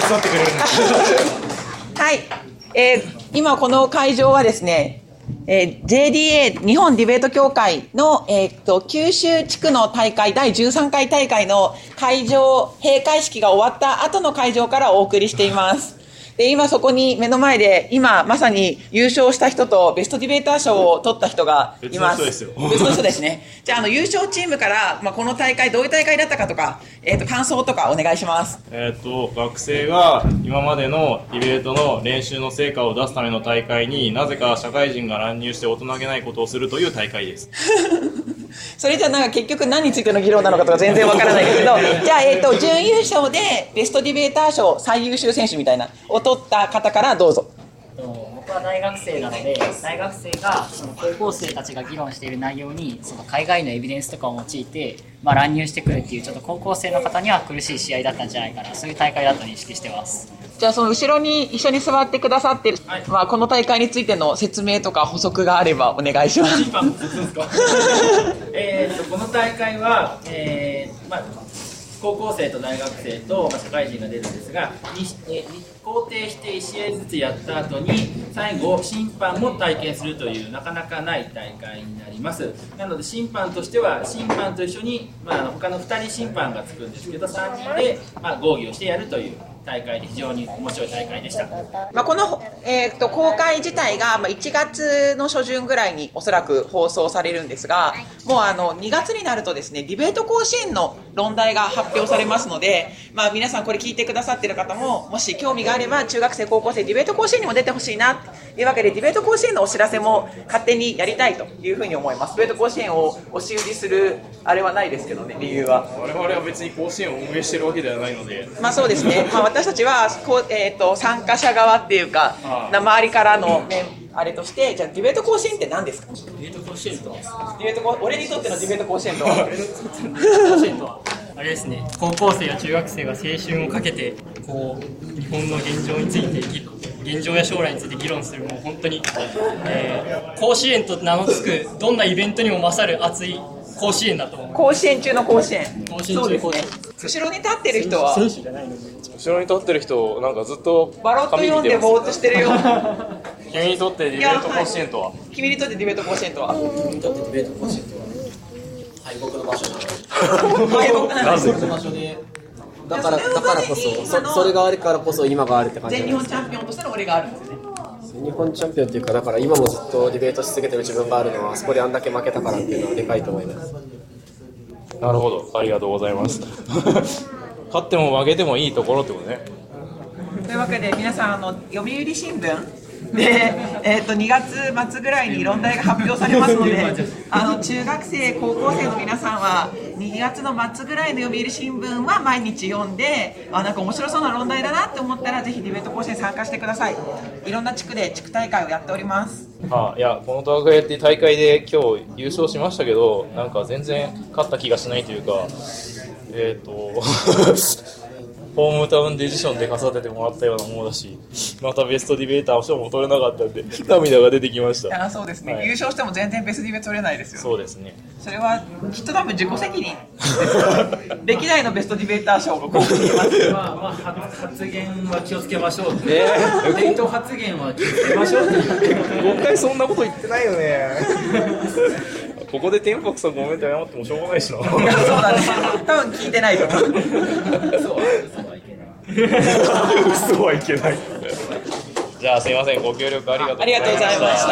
わってくれるんですはい、今この会場はですね、JDA 日本ディベート協会の、九州地区の大会第13回大会の会場閉会式が終わった後の会場からお送りしています。で、今そこに目の前で今まさに優勝した人とベストディベーター賞を取った人がいます。 別の人ですよ。 別の人ですね。じゃあ、優勝チームから、この大会どういう大会だったかとか、感想とかお願いします。 学生が今までのディベートの練習の成果を出すための大会になぜか社会人が乱入して大人げないことをするという大会です。 それじゃ結局何についての議論なのかとか全然わからないですけどじゃあ、準優勝でベストディベーター賞最優秀選手みたいなを取った方からどうぞ。 僕は大学生なので、大学生がその高校生たちが議論している内容にその海外のエビデンスとかを用いて、乱入してくるっていうちょっと高校生の方には苦しい試合だったんじゃないかな、そういう大会だと認識してます。 じゃあその後ろに一緒に座ってくださってる、この大会についての説明とか補足があればお願いします。 この大会は、高校生と大学生と、社会人が出るんですが、肯定して1試合ずつやった後に最後審判も体験するというなかなかない大会になります。なので審判としては審判と一緒に、他の2人審判がつくんですけど3人で、合議をしてやるという大会で非常に面白い大会でした。 この、公開自体が1月の初旬ぐらいにおそらく放送されるんですが、もう2月になるとですね、ディベート甲子園の論題が発表されますので、皆さんこれ聞いてくださっている方ももし興味があれば中学生高校生ディベート甲子園にも出てほしいなというわけで、ディベート甲子園のお知らせも勝手にやりたいというふうに思います。ディベート甲子園を押し売りするあれはないですけどね、理由は我々は別に甲子園を運営してるわけではないので、 そうですね、私たちは参加者側っていうか周りからのあれとして、じゃあディベート甲子園って何ですか？ ディベート甲子園とは俺にとってのディベート甲子園とはあれですね、高校生や中学生が青春をかけてこう日本の現状について現状や将来について議論する、もう本当に、甲子園と名の付くどんなイベントにも勝る熱い甲子園だと思う。 甲子園中の甲子園。 そうですね。 後ろに立ってる人は選手じゃないので、 後ろに立ってる人なんかずっとバロット読んでぼーっとしてるよ。 君にとってディベート甲子園とは？ 君にとってディベート甲子園とは？ 君にとってディベート甲子園とは敗北の場所だ。 敗北なんですよ。 場所でだからこそそれがあるからこそ今があるって感じ。 全日本チャンピオンとしての俺があるんですよね。 全日本チャンピオンっていうか、だから今もずっとディベートし続けてる自分があるのは、あそこであんだけ負けたからっていうのはでかいと思います。 なるほど、ありがとうございます勝っても負けてもいいところってことね。 というわけで皆さん、読売新聞で、2月末ぐらいに論題が発表されますので中学生高校生の皆さんは2月の末ぐらいの読売新聞は毎日読んで、なんか面白そうな論題だなって思ったらぜひディベート甲子園参加してください。いろんな地区で地区大会をやっております。 いや、この大会って大会で今日優勝しましたけど、なんか全然勝った気がしないというか、ホームタウンディジションで勝たせてもらったようなものだし、またベストディベーター賞も取れなかったんで涙が出てきました。 そうですね、 はい、 優勝しても全然ベストディベート取れないですよね。 そうですね。 それはきっと多分自己責任歴代のベストディベーター賞がここにいます発言は気をつけましょう。デート発言は気をつけましょう。 5回そんなこと言ってないよねここで天白さんごめんって謝ってもしょうがないしな。 そうだね、多分聞いてないと思う。 嘘はいけない嘘はいけないじゃあすいません、ご協力ありがとうございました。 ありがとうございました。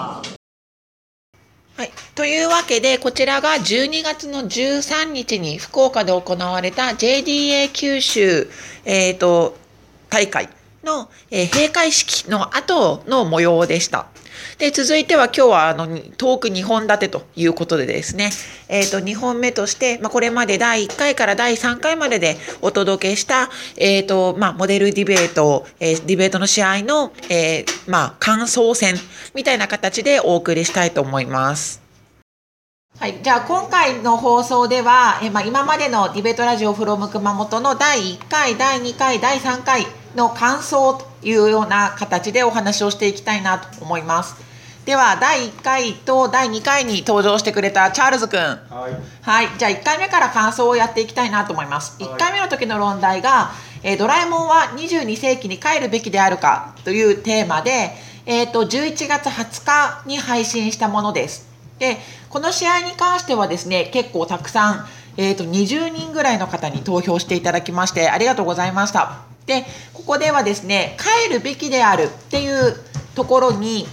はい、というわけでこちらが12月の13日に福岡で行われた JDA 九州、大会の、閉会式の後の模様でした。で、続いては今日はトーク2本立てということでですね、2本目として、これまで第1回から第3回まででお届けした、モデルディベート、ディベートの試合の、感想戦みたいな形でお送りしたいと思います。はい、じゃあ今回の放送では、今までのディベートラジオフロム熊本の第1回、第2回、第3回の感想というような形でお話をしていきたいなと思います。では第1回と第2回に登場してくれたチャールズくん、はい、じゃあ1回目から感想をやっていきたいなと思います。1回目の時の論題が、 ドラえもんは22世紀に帰るべきであるかというテーマで、11月20日に配信したものです。で、この試合に関してはですね、結構たくさん、20人ぐらいの方に投票していただきましてありがとうございました。で、ここではですね、帰るべきであるっていうところに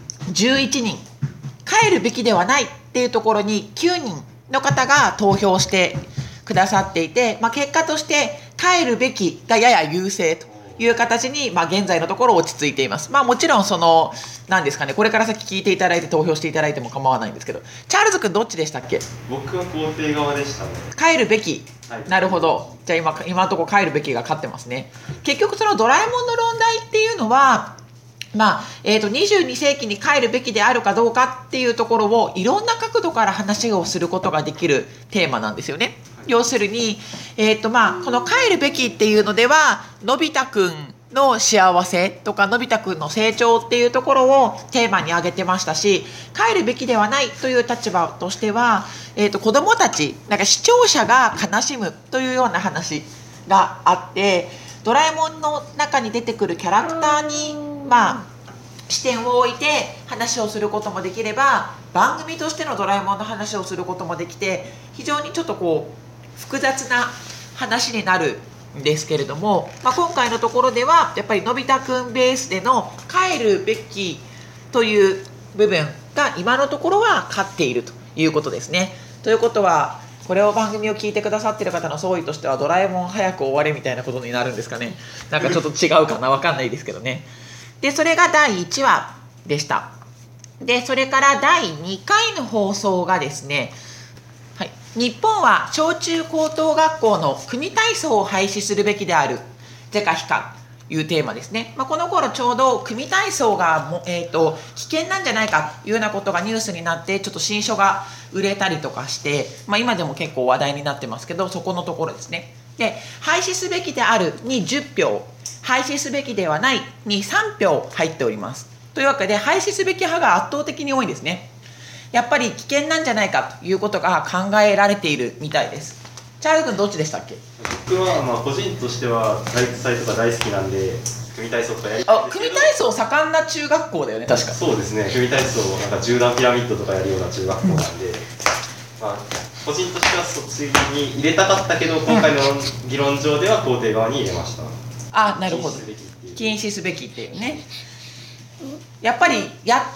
11人、帰るべきではないっていうところに9人の方が投票してくださっていて、結果として帰るべきがやや優勢という形に、現在のところ落ち着いています。もちろん何ですかね、これから先聞いていただいて投票していただいても構わないんですけど、チャールズ君どっちでしたっけ？ 僕は肯定側でしたね。 帰るべき、 はい、 なるほど。じゃあ今のところ帰るべきが勝ってますね。結局そのドラえもんの論題っていうのは、22世紀に帰るべきであるかどうかっていうところをいろんな角度から話をすることができるテーマなんですよね。要するに、この帰るべきっていうのではのび太くんの幸せとかのび太くんの成長っていうところをテーマに挙げてましたし、帰るべきではないという立場としては、子どもたち視聴者が悲しむというような話があって、ドラえもんの中に出てくるキャラクターに視点を置いて話をすることもできれば、番組としてのドラえもんの話をすることもできて、非常にちょっと複雑な話になるんですけれども、今回のところではやっぱりのび太くんベースでの帰るべきという部分が今のところは勝っているということですね。ということは、これを番組を聞いてくださっている方の総意としては、ドラえもん早く終われみたいなことになるんですかね。ちょっと違うかな、分かんないですけどね。で、それが第1話でした。で、それから第2回の放送がですね、日本は小中高等学校の組体操を廃止するべきである是か非かというテーマですね。この頃ちょうど組体操が危険なんじゃないかというようなことがニュースになって、ちょっと新書が売れたりとかして、今でも結構話題になってますけど、そこのところですね。で、廃止すべきであるに10票、廃止すべきではないに3票入っております。というわけで、廃止すべき派が圧倒的に多いんですね。やっぱり危険なんじゃないかということが考えられているみたいです。チャール君どっちでしたっけ？ 僕は個人としては体育祭とか大好きなんで、組体操とかやりたいんですけど。 組体操盛んな中学校だよね、確か。 そうですね、組体操10段ピラミッドとかやるような中学校なんで、個人としてはそっちに入れたかったけど、今回の議論上では肯定側に入れました。 なるほど。禁止すべきっていうね。やっぱり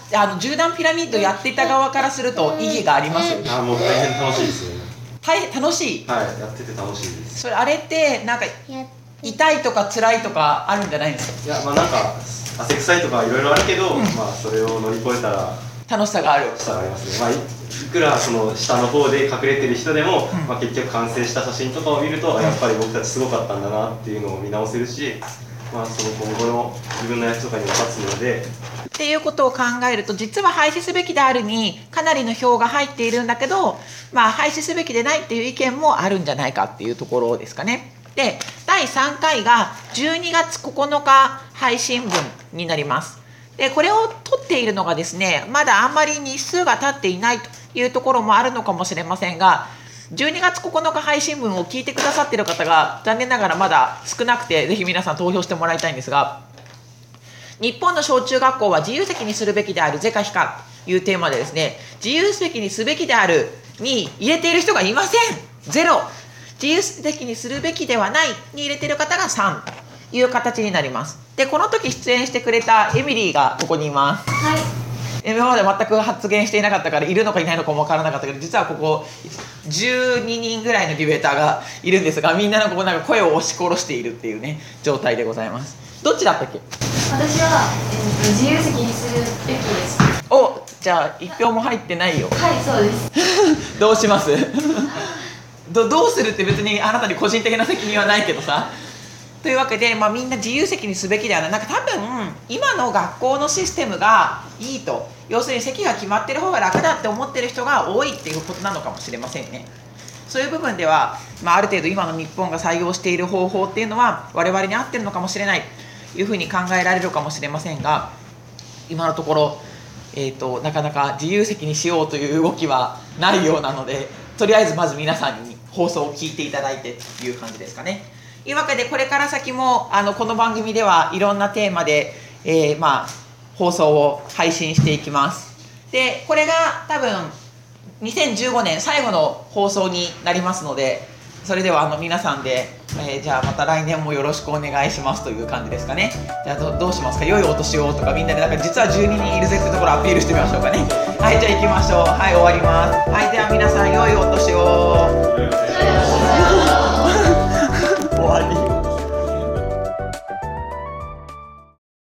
10段ピラミッドやっていた側からすると意義がありますよね。 もう大変楽しいですよね。 大変楽しい。 はい、やってて楽しいです。 それあれって痛いとか辛いとかあるんじゃないんですか？ いや、汗臭いとかいろいろあるけど、それを乗り越えたら楽しさがある。 楽しさがありますね。いくらその下の方で隠れてる人でも、結局完成した写真とかを見ると、やっぱり僕たちすごかったんだなっていうのを見直せるし、その今後の自分のやつとかにも立つので。 っていうことを考えると、実は廃止すべきであるにかなりの票が入っているんだけど、廃止すべきでないっていう意見もあるんじゃないかっていうところですかね。で、第3回が12月9日配信分になります。で、これを撮っているのがですね、まだあんまり日数が経っていないというところもあるのかもしれませんが、12月9日配信分を聞いてくださっている方が残念ながらまだ少なくて、ぜひ皆さん投票してもらいたいんですが、日本の小中学校は自由席にするべきである是か非かというテーマでですね、自由席にすべきであるに入れている人がいません。ゼロ。自由席にするべきではないに入れている方が3という形になります。で、この時出演してくれたエミリーがここにいます。はい。今まで全く発言していなかったからいるのかいないのかも分からなかったけど、実はここ12人ぐらいのディベーターがいるんですが、みんなの声を押し殺しているっていうね状態でございます。どっちだったっけ？ 私は、自由席にするべきです。 じゃあ1票も入ってないよ。 はい、そうですどうしますどうするって別にあなたに個人的な責任はないけどさ。というわけで、みんな自由席にすべきではない。多分今の学校のシステムがいいと、要するに席が決まってる方が楽だって思ってる人が多いっていうことなのかもしれませんね。そういう部分では、ある程度今の日本が採用している方法っていうのは我々に合ってるのかもしれないというふうに考えられるかもしれませんが、今のところ、なかなか自由席にしようという動きはないようなので、とりあえずまず皆さんに放送を聞いていただいてという感じですかね。 いうわけでこれから先もこの番組ではいろんなテーマで、放送を配信していきます。でこれが多分2015年最後の放送になりますので、それでは皆さんで、じゃあまた来年もよろしくお願いしますという感じですかね。じゃあどうしますか。良いお年をとかみんなでなんか実は12人いるぜってところアピールしてみましょうかね。はい、じゃあ行きましょう。はい、終わります。はい、では皆さん良いお年を。終わり。